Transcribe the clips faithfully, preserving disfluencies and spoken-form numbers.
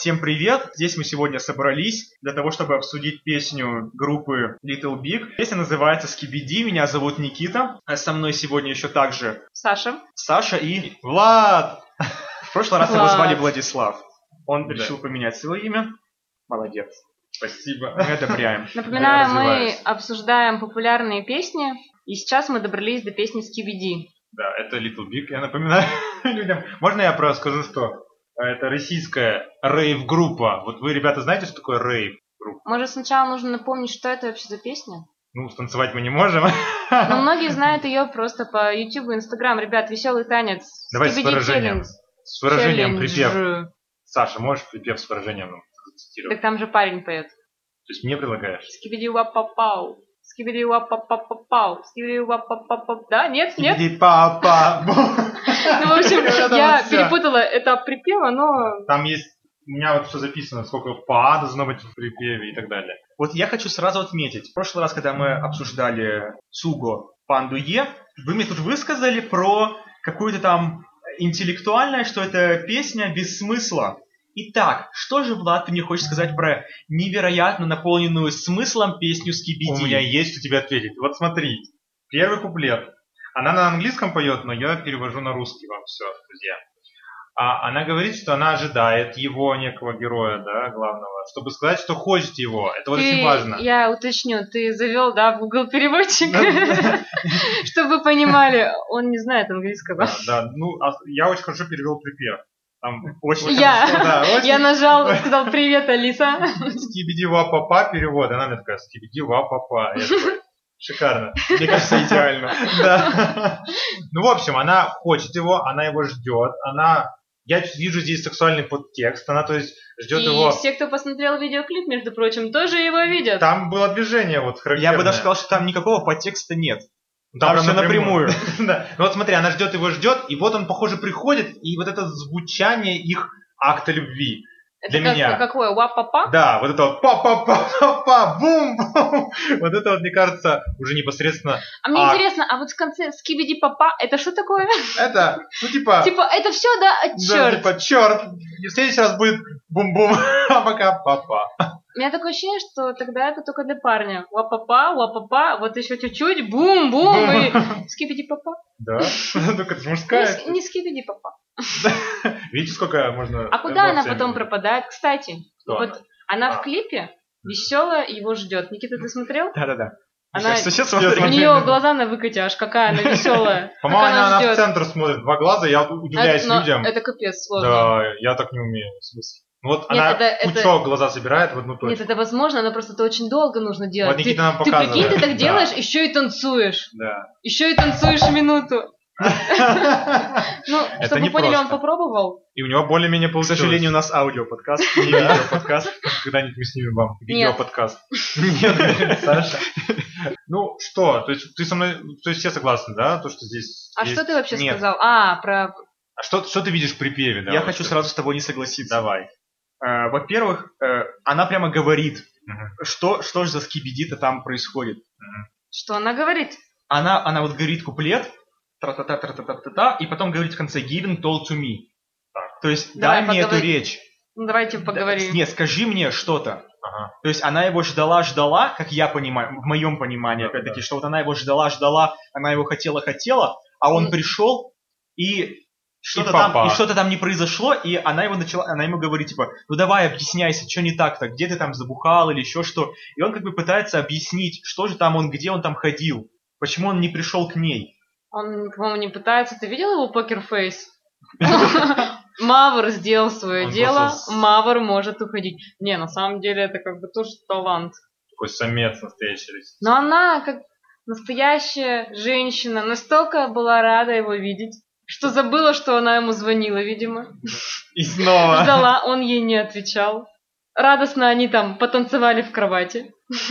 Всем привет! Здесь мы сегодня собрались для того, чтобы обсудить песню группы Little Big. Песня называется «Skibidi». Меня зовут Никита. Со мной сегодня еще также Саша. Саша и Влад. В прошлый раз его звали Владислав. Он Да. решил поменять свое имя. Молодец. Спасибо. Мы одобряем. Напоминаю, Я мы развиваюсь. обсуждаем популярные песни, и сейчас мы добрались до песни Skibidi. Да, это Little Big. Я напоминаю людям. Можно я просто скажу, что это российская рейв-группа. Вот вы, ребята, знаете, что такое рейв-группа? Может, сначала нужно напомнить, что это вообще за песня? Ну, станцевать мы не можем. Но многие знают ее просто по YouTube и Instagram. Ребят, веселый танец. Давай с Skibidi выражением. Challenge. С выражением Challenge. припев. Саша, можешь припев с выражением нам зацитировать? Так там же парень поет. То есть мне предлагаешь? Skibidi wap-пау. Skibidi wap-пау. Skibidi wap-пау. Да? Нет? Нет? Skibidi папа. Ну, в общем, Это я вот всё. перепутала этап припева, но... Там есть... У меня вот все записано, сколько па должно быть в припеве и так далее. Вот я хочу сразу отметить. В прошлый раз, когда мы обсуждали Цуго Панду Е, вы мне тут высказали про какую-то там интеллектуальное, что это песня без смысла. Итак, что же, Влад, ты мне хочешь сказать про невероятно наполненную смыслом песню Skibidi? У меня есть что тебе ответить. Вот смотри, первый куплет. Она на английском поет, но я перевожу на русский вам все, друзья. А она говорит, что она ожидает его, некого героя, да, главного, чтобы сказать, что хочет его. Это вот Ты- очень важно. Я уточню, ты завел, да, в Google переводчик, чтобы вы понимали, он не знает английского. Да, да, ну, а я очень хорошо перевел припев. Там очень Я. хорошо, да, очень. Я нажал, сказал привет, Алиса. Скибиди ва папа перевод. Она мне такая, скибиди ва папа. Я такой, шикарно. Мне кажется, идеально. Да. Ну, в общем, она хочет его, она его ждет, она... Я вижу здесь сексуальный подтекст, она, то есть, ждет И его... все, кто посмотрел видеоклип, между прочим, тоже его видят. Там было движение вот характерное. Я бы даже сказал, что там никакого подтекста нет. Там прям все напрямую. Да. Ну вот смотри, она ждет его, ждет, и вот он, похоже, приходит, и вот это звучание их акта любви. Это для как- меня. какое? Уа-па-па? Да, вот это вот па-па-па-па-па, бум-бум. Вот это вот, мне кажется, уже непосредственно... А мне А. интересно, а вот в конце Skibidi папа, это что такое? Это, ну типа... Типа, это все, да? Да, Черт. типа, черт. И в следующий раз будет бум-бум, а пока папа. У меня такое ощущение, что тогда это только для парня. Уа-па-па, уа-па-па, вот еще чуть-чуть, бум-бум, и Skibidi папа. Да, только это Не, мужская. с- не Skibidi папа. Видите, сколько можно... А куда она эмоциями- потом пропадает? Кстати, Кто вот она? она А. в клипе веселая его ждет. Никита, ты смотрел? Да-да-да. Она... Сейчас, сейчас Я У смотри. смотрю. нее глаза на выкате, аж какая она веселая. По-моему, Как она, она в ждет. центр смотрит, два глаза, я удивляюсь Но людям. Это капец сложно. Да, я так не умею. В смысле? Ну вот Нет, она это- это- пучок глаза собирает в одну Нет, точку. это возможно, но просто это очень долго нужно делать. Вот Ты, Никита нам ты показывает. прикинь, ты так Да. делаешь, еще и танцуешь. Да. Еще и танцуешь минуту. Ну, Это чтобы не вы поняли, он просто. попробовал. И у него более-менее К получилось. сожалению, у нас аудиоподкаст, не Да. видеоподкаст. Когда-нибудь мы снимем вам Нет. видеоподкаст. Нет, Саша. Ну что, то есть ты со мной, то есть все согласны, да, то, что здесь А есть- что ты вообще Нет. сказал? А, про... А что, что ты видишь в припеве? Да, Я вот хочу это? сразу с тобой не согласиться. Давай. Э, Во-первых, э, она прямо говорит, Мгм. что, что же за скибиди-то там происходит. Что она говорит? Она, она вот говорит куплет, тра-та-та, тра-та-та-та-та, и потом говорит в конце «giving told to me». Так. То есть Давай дай мне эту поговори. речь. Ну, давайте поговорим. Да, нет, скажи мне что-то. Ага. То есть она его ждала-ждала, как я понимаю, в моем понимании, Да, опять-таки, да. что вот она его ждала-ждала, она его хотела-хотела, а он М. пришел и что-то И там, папа. и что-то там не произошло, и она его начала, она ему говорит, типа, ну давай объясняйся, что не так-то, где ты там забухал или еще что. И он как бы пытается объяснить, что же там он, где он там ходил, почему он не пришел к ней. Он, по-моему, не пытается. Ты видел его покерфейс? Мавр сделал свое Он дело, просто с- Мавр может уходить. Не, на самом деле это как бы тоже талант. Такой самец настоящий. Но она, как настоящая женщина, настолько была рада его видеть, что забыла, что она ему звонила, видимо. И снова. Ждала, он ей не отвечал. Радостно они там потанцевали в кровати.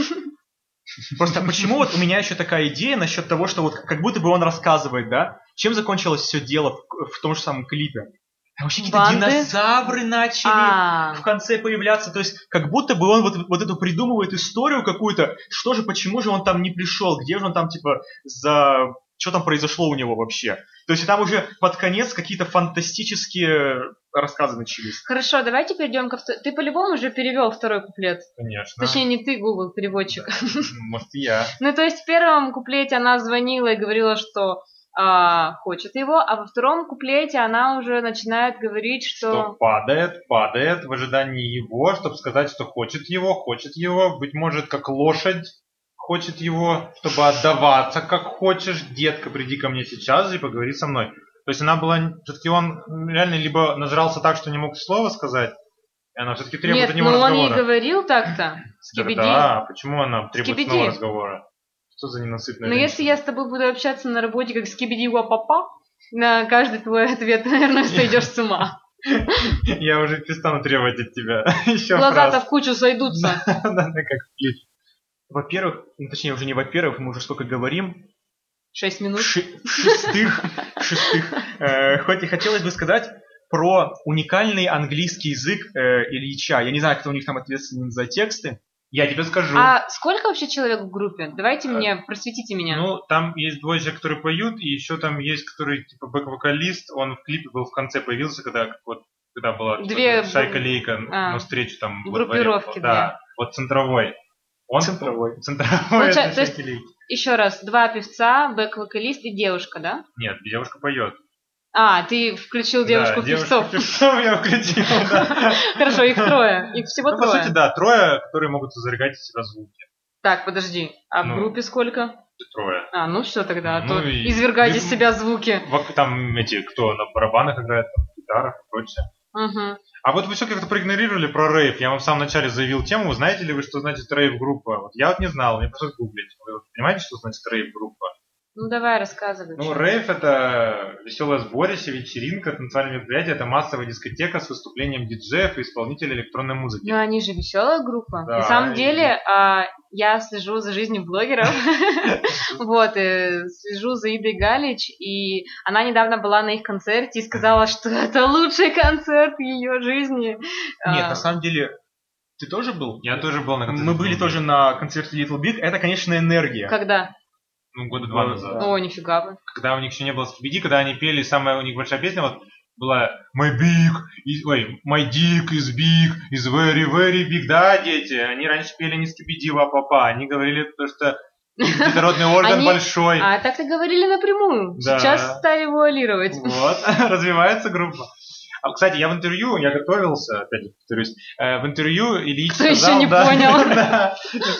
Просто почему вот у меня еще такая идея насчет того, что вот как будто бы он рассказывает, да, чем закончилось все дело в, в том же самом клипе. Там вообще какие-то Банды? динозавры начали А, в конце появляться, то есть как будто бы он вот, вот эту придумывает историю какую-то, что же, почему же он там не пришел, где же он там типа за... Что там произошло у него вообще? То есть там уже под конец какие-то фантастические рассказы начались. Хорошо, давайте перейдем ко второму. Ты по-любому уже перевел второй куплет. Конечно. Точнее, не ты, Google, переводчик. Да. Может, и я. Ну, то есть в первом куплете она звонила и говорила, что а, хочет его, а во втором куплете она уже начинает говорить, что... Что падает, падает в ожидании его, чтобы сказать, что хочет его, хочет его, быть может, как лошадь хочет его, чтобы отдаваться, как хочешь. Детка, приди ко мне сейчас и поговори со мной. То есть она была, все-таки он реально либо нажрался так, что не мог слова сказать, и она все-таки требует Нет, от него ну разговора. он не говорил так-то. Скибиди. Да, почему она требует Скибиди. снова разговора? Что за ненасытная Но женщина? если я с тобой буду общаться на работе как скибиди папа, на каждый твой ответ, наверное, сойдешь с ума. Я уже перестану требовать от тебя. Еще Глаза-то в кучу сойдутся. Да, как в клипе. Во-первых, ну, точнее уже не во-первых, мы уже сколько говорим, Шесть минут. Ши- шестых, шестых. Э, хоть и хотелось бы сказать про уникальный английский язык э, Ильича. Я не знаю, кто у них там ответственен за тексты. Я тебе скажу. А сколько вообще человек в группе? Давайте мне, просветите меня. Ну, там есть двое человек, которые поют, и еще там есть, который типа бэк-вокалист. Он в клипе был в конце появился, когда как вот когда была Две шайка-лейка а, на встречу там. во дворе. группировки Да, две. вот центровой. Он Центровой. Центровой Получа- это то есть- шайка-лейка. Еще раз, два певца, бэк-вокалист и девушка, да? Нет, девушка поет. А, ты включил девушку Да, певцов. девушку-певцов я включил, да. Хорошо, их трое. Их всего Ну, по трое. сути, да, трое, которые могут зажигать из себя звуки. Так, подожди. А в Ну. группе сколько? Трое. А, ну все тогда. А Ну то и- извергать из и- себя звуки. Вок- Там эти, кто на барабанах играет, там, гитарах и прочее. Угу. А вот вы все как-то проигнорировали про рейв. Я вам в самом начале заявил тему. Знаете ли вы, что значит рейв-группа? Вот я вот не знал, мне пришлось гуглить. Вы вот понимаете, что значит рейв-группа? Ну давай, рассказывай. Ну, чё. рейв — это веселое сборище, вечеринка, танцевальное мероприятие. Это массовая дискотека с выступлением диджеев и исполнителей электронной музыки. Ну они же веселая группа. Да, На самом и- деле, а, я слежу за жизнью блогеров. Вот, и слежу за Идой Галич, и она недавно была на их концерте и сказала, что это лучший концерт ее жизни. Нет, А, на самом деле, ты тоже был? Я тоже был на концерте. Мы были тоже на концерте Little Big. Это, конечно, энергия. Когда? Ну, года два Ну, назад. да. О, нифига бы. Когда у них еще не было Скибиди, когда они пели, самая у них большая песня вот была My big, is, ой, my dick is big, is very, very big. Да, дети, они раньше пели не Скибиди, а папа. Они говорили, то, что их детородный орган Они- большой. А так-то говорили напрямую. Да. Сейчас стали вуалировать. Вот, развивается группа. А, кстати, я в интервью, я готовился, опять же повторюсь, э, в интервью Ильич Кто сказал... еще не да, понял? да,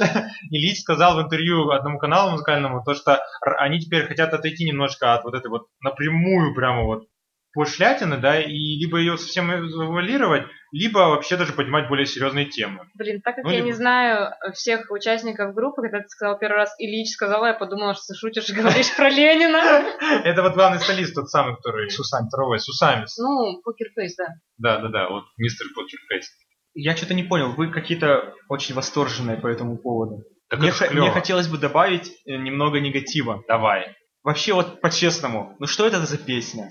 Ильич сказал в интервью одному каналу музыкальному, то, что р- они теперь хотят отойти немножко от вот этой вот напрямую прямо вот пошлятины, да, и либо ее совсем завуалировать, либо вообще даже поднимать более серьезные темы. Блин, так как Ну, я либо- не знаю всех участников группы, когда ты сказал первый раз Ильич сказала, я подумала, что ты шутишь и говоришь про Ленина. Это вот главный солист, тот самый, который... С усами. Второй, с усами. Ну, покерфейс, да. Да, да, да, вот мистер Покерфейс. Я что-то не понял, вы какие-то очень восторженные по этому поводу. Так Мне, это х- клёво. мне хотелось бы добавить э, немного негатива. Давай. Вообще вот по-честному, ну что это за песня?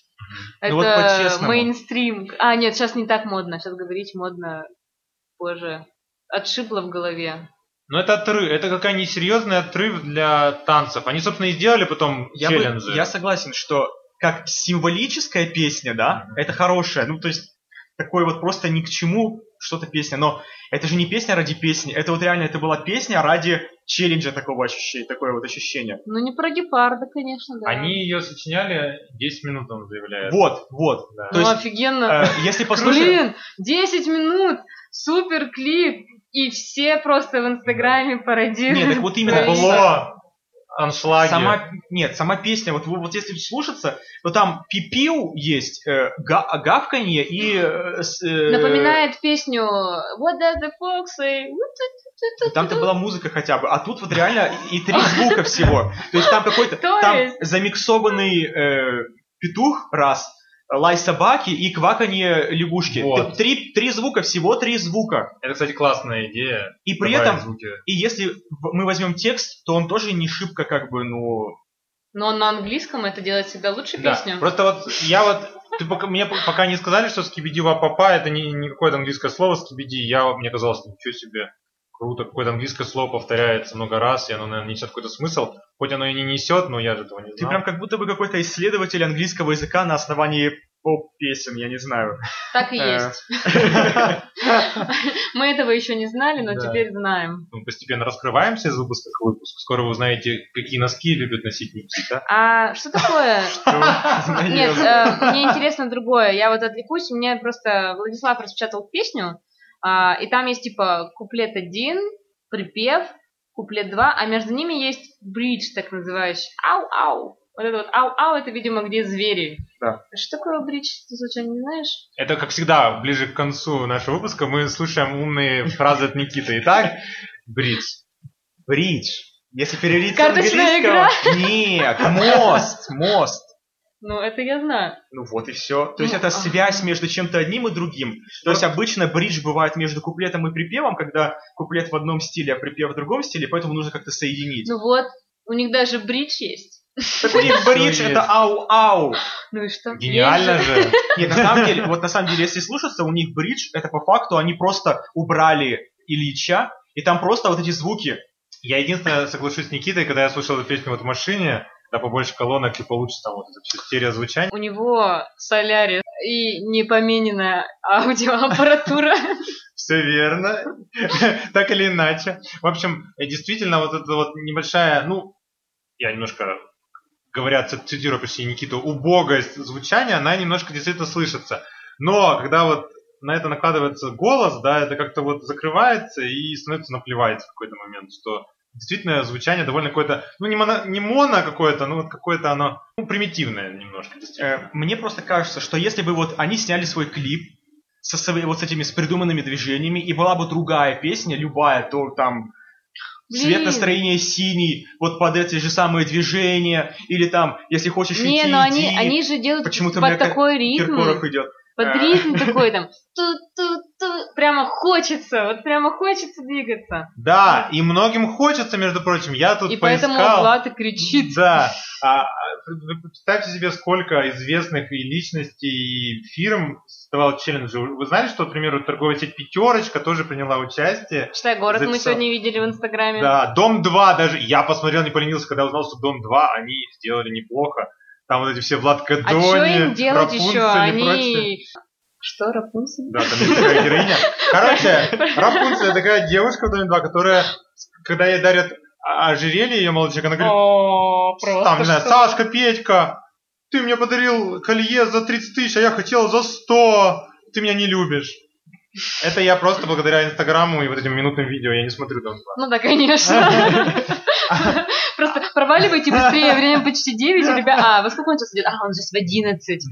Это Ну вот по-честному. мейнстрим. А, нет, сейчас не так модно. Сейчас говорить модно позже. Отшибло в голове. Ну это отрыв, это какая несерьезный отрыв для танцев. Они, собственно, и сделали потом Я, бы- челленджи. я согласен, что как символическая песня, да, Мгм. это хорошая, ну то есть такой вот просто ни к чему что-то песня, но это же не песня ради песни, это вот реально, это была песня ради челленджа такого ощущения, такое вот ощущение. Ну, не про гепарда, конечно, да. Они ее сочиняли десять минут, он заявляет. Вот, вот. Да. То Ну, есть, офигенно. э, если послушать... Блин, десять минут, супер клип, и все просто в Инстаграме пародируют. Нет, так вот именно свои- Было аншлаги. Сама, нет, сама песня, вот, вы- вот если слушаться, то там пипиу есть, э, га- гавканье и... э, с, э, Напоминает песню What does the fox say? Там-то была музыка хотя бы, а тут вот реально и три звука всего. То есть там какой-то, То там есть? замиксованный э, петух раз, лай собаки и кваканье лягушки. Вот. Т- Три, три звука, всего три звука. Это, кстати, классная идея. И при добавить этом, звуки. и если в- мы возьмем текст, то он тоже не шибко как бы, ну... Но на английском это делает всегда лучше Да, песню. просто вот я вот, ты пока, мне пока не сказали, что скибиди ва папа это не, не какое-то английское слово скибиди, я, мне казалось, ничего себе, круто, какое-то английское слово повторяется много раз, и оно, наверное, несет какой-то смысл, хоть оно и не несет, но я же этого не Ты знал. прям как будто бы какой-то исследователь английского языка на основании поп-песен, я не знаю. Так и есть. Мы этого еще не знали, но теперь знаем. Мы постепенно раскрываемся из выпуска к выпуску. Скоро вы узнаете, какие носки любят носить Никита. А что такое? Нет, мне интересно другое. Я вот отвлекусь, мне просто Владислав распечатал песню, и там есть типа куплет один, припев, куплет два, а между ними есть бридж, так называющий. Ау-ау. Вот это вот ау-ау, это, видимо, где звери. Да. Что такое бридж? Ты случайно не знаешь? Это, как всегда, ближе к концу нашего выпуска мы слушаем умные фразы от Никиты. Итак, бридж. Бридж. Если перевести с Карточная английского... Нет, мост, мост. Ну, это я знаю. Ну вот и все. То есть Ну, это ага. связь между чем-то одним и другим. То есть обычно бридж бывает между куплетом и припевом, когда куплет в одном стиле, а припев в другом стиле, поэтому нужно как-то соединить. Ну вот, у них даже бридж есть. Так у них бридж Что это есть? ау-ау. Ну и что? Гениально Есть же. Нет, на самом деле, вот на самом деле, если слушаться, у них бридж, это по факту они просто убрали Ильича, и там просто вот эти звуки. Я единственное соглашусь с Никитой, когда я слушал эту песню вот в машине, да побольше колонок и получше там вот это все стереозвучание. У него солярис и непомененная аудиоаппаратура. Все верно. Так или иначе. В общем, действительно, вот эта вот небольшая, ну, я немножко, говоря, цитирую почти Никиту, убогость звучания, она немножко действительно слышится. Но когда вот на это накладывается голос, да, это как-то вот закрывается и становится наплевать в какой-то момент, что действительно звучание довольно какое-то, ну не моно, не моно какое-то, но вот какое-то оно, ну, примитивное немножко. Э, Мне просто кажется, что если бы вот они сняли свой клип со свои- вот с этими с придуманными движениями, и была бы другая песня, любая, то там цвет Блин. настроения синий, вот под эти же самые движения, или там, если хочешь Не, идти, но они, иди. они же делают Почему-то у под меня такой ритм. Киркоров идет. Под А. ритм такой там. Ту-ту-ту. Прямо хочется, вот прямо хочется двигаться. Да, и многим хочется, между прочим. Я тут И поискал. поэтому Влад и кричит. Да. А, а, вы представьте себе, сколько известных и личностей, и фирм создавал челленджи. Вы знали, что, к примеру, торговая сеть «Пятерочка» тоже приняла участие? Читай город мы Записал. сегодня видели в Инстаграме. Да, Дом два даже. Я посмотрел, не поленился, когда узнал, что Дом два они сделали неплохо. Там вот эти все Влад А что Кадони, им делать Рапунцель еще? и прочее. Они... Что, Рапунцель? Да, там есть такая героиня. Короче, Рапунцель такая девушка в Доме два, которая, когда ей дарят ожерелье ее молодой человек, она говорит, О, просто там, не знаю, что? Сашка, Петька, ты мне подарил колье за тридцать тысяч, а я хотела за сто, ты меня не любишь. Это я просто благодаря Инстаграму и вот этим минутным видео, я не смотрю Дом два. Ну да, конечно. Просто проваливайте быстрее, время почти девять, и ребят, а, во сколько он сейчас идет? А, он сейчас в одиннадцать.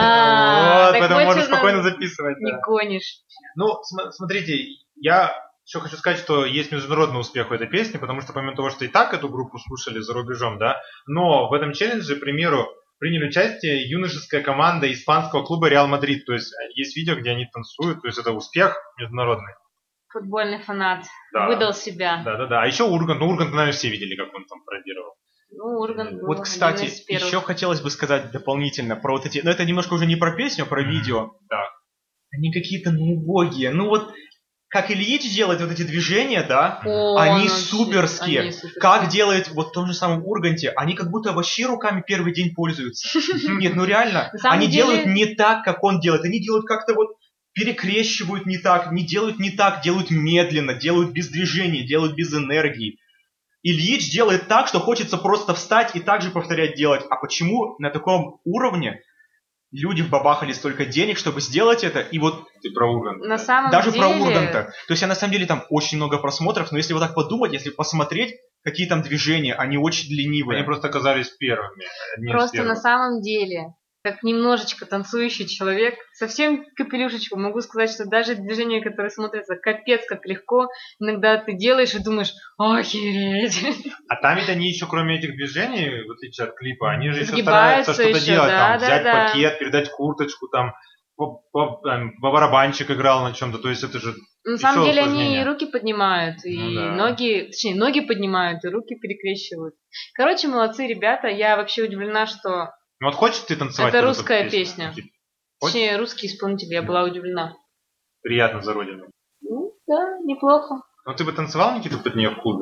А, Вот, так поэтому вот можно что спокойно нам записывать. не да. гонишь. Ну, см- смотрите, я еще хочу сказать, что есть международный успех у этой песни, потому что помимо того, что и так эту группу слушали за рубежом, да, но в этом челлендже, к примеру, приняли участие юношеская команда испанского клуба Реал Мадрид. То есть есть видео, где они танцуют, то есть это успех международный. Футбольный фанат. Да. Выдал себя. Да-да-да. А еще Ургант, ну Ургант, наверное, все видели, как он там пародировал. Ну, Ургант был Вот, кстати, один из первых. еще хотелось бы сказать дополнительно про вот эти... Но это немножко уже не про песню, а про видео. Да. Они какие-то ну убогие. Ну вот, как Ильич делает вот эти движения, да, О, они ну, суперские. они суперские. Как делает вот в том же самом Урганте, они как будто вообще руками первый день пользуются. Нет, ну реально, На самом они деле- делают не так, как он делает. Они делают как-то вот перекрещивают не так, не делают не так, делают медленно, делают без движения, делают без энергии. Ильич делает так, что хочется просто встать и так же повторять делать. А почему на таком уровне люди вбабахали столько денег, чтобы сделать это? И вот Ты про Ургант. На самом даже деле... про Урганта. То есть, а на самом деле там очень много просмотров, но если вот так подумать, если посмотреть, какие там движения, они очень ленивые. Они просто оказались первыми. одним из Просто на первых. самом деле, как немножечко танцующий человек, совсем капелюшечку, могу сказать, что даже движения, которые смотрятся капец как легко, иногда ты делаешь и думаешь, охереть. А там ведь они еще, кроме этих движений, в отличие от клипа, они же еще Сгибаются стараются что-то еще, делать, да, там, да, взять да. пакет, передать курточку, там, по- по- там, барабанщик играл на чем-то, то есть это же На еще самом деле они усложнение. и руки поднимают, и Ну да. ноги, точнее, ноги поднимают, и руки перекрещивают. Короче, молодцы ребята, я вообще удивлена, что... Ну вот хочешь ты танцевать? Это под эту русская песню? песня. Типа, хочешь? Точнее, русский исполнитель, я была удивлена. Приятно за родину. Ну, да, неплохо. Ну ты бы танцевал, Никита, под нее в клубе?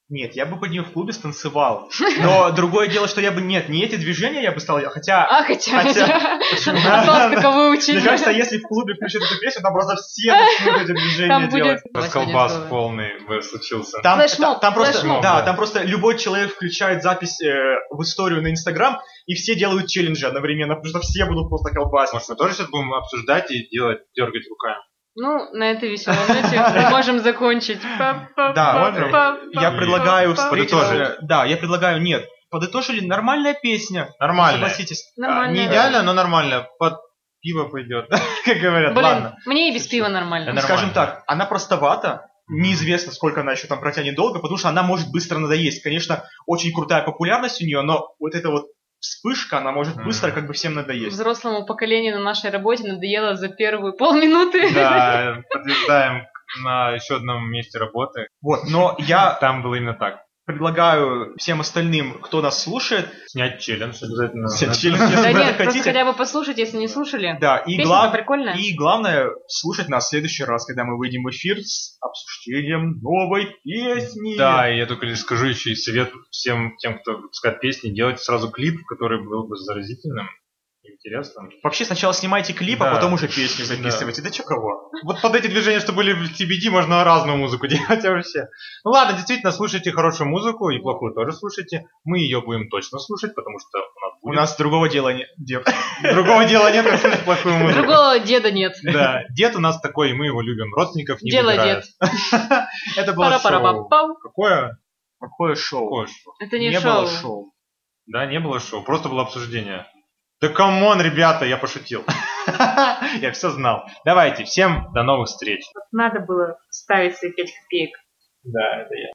Нет, я бы под нее в клубе станцевал. Но другое дело, что я бы... Нет, не эти движения я бы стал... Хотя... А, хотя... хотя- А только выучить. Мне кажется, если в клубе включат эту песню, там просто все начнут эти движения Там будет... делать. Расколбас Господи, полный бы случился. Там, Флешмоб, та- там просто, флешмоб. да, Да. там просто любой человек включает запись э, в историю на Инстаграм, и все делают челленджи одновременно, потому что все будут просто колбасить. Может, мы тоже сейчас будем обсуждать и делать, дергать руками? Ну, на этой веселой ноте мы можем закончить. Да, можем. Я предлагаю встретиться... Подытожить. Да, я предлагаю... Нет, подытожили, нормальная песня. Нормально. Согласитесь. Нормально. Не идеально, но нормально. Под пиво пойдет, как говорят. Блин, Ладно. мне и без пива нормально. Да Скажем нормально. так, она простовата. Неизвестно, сколько она еще там протянет долго, потому что она может быстро надоесть. Конечно, очень крутая популярность у нее, но вот эта вот вспышка, она может быстро как бы всем надоесть. Взрослому поколению на нашей работе надоело за первые полминуты. Да, подтверждаем на еще одном месте работы. Вот, но я Там было именно так. предлагаю всем остальным, кто нас слушает, Снять челлендж обязательно. снять челлендж, если Да вы нет, просто хотите. хотя бы послушать, если не слушали. Да, и, Песня глав- прикольная. и главное, слушать нас в следующий раз, когда мы выйдем в эфир с обсуждением новой песни. Да, и я только лишь скажу еще и совет всем тем, кто выпускает песни, делайте сразу клип, который был бы заразительным и интересным. Вообще сначала снимайте клип, Да. а потом уже песню записывайте. Да, чё кого? Вот под эти движения, что были в ти би ди, можно разную музыку делать вообще. Ну ладно, действительно, слушайте хорошую музыку, и плохую тоже слушайте. Мы ее будем точно слушать, потому что у нас У будет... нас другого дела нет. Дед. другого дела нет, как слушать плохую музыку. Другого деда нет. Да, дед у нас такой, и мы его любим. Родственников не Дело выбирает. Это было шоу. Пара-пара-пам-пам. Какое? Какое шоу? Какое шоу? Это не, Не шоу. было шоу. Да, не было шоу, просто было обсуждение. Да камон, ребята, я пошутил. Я все знал. Давайте, всем до новых встреч. Надо было ставить свои пять копеек. Да, это я.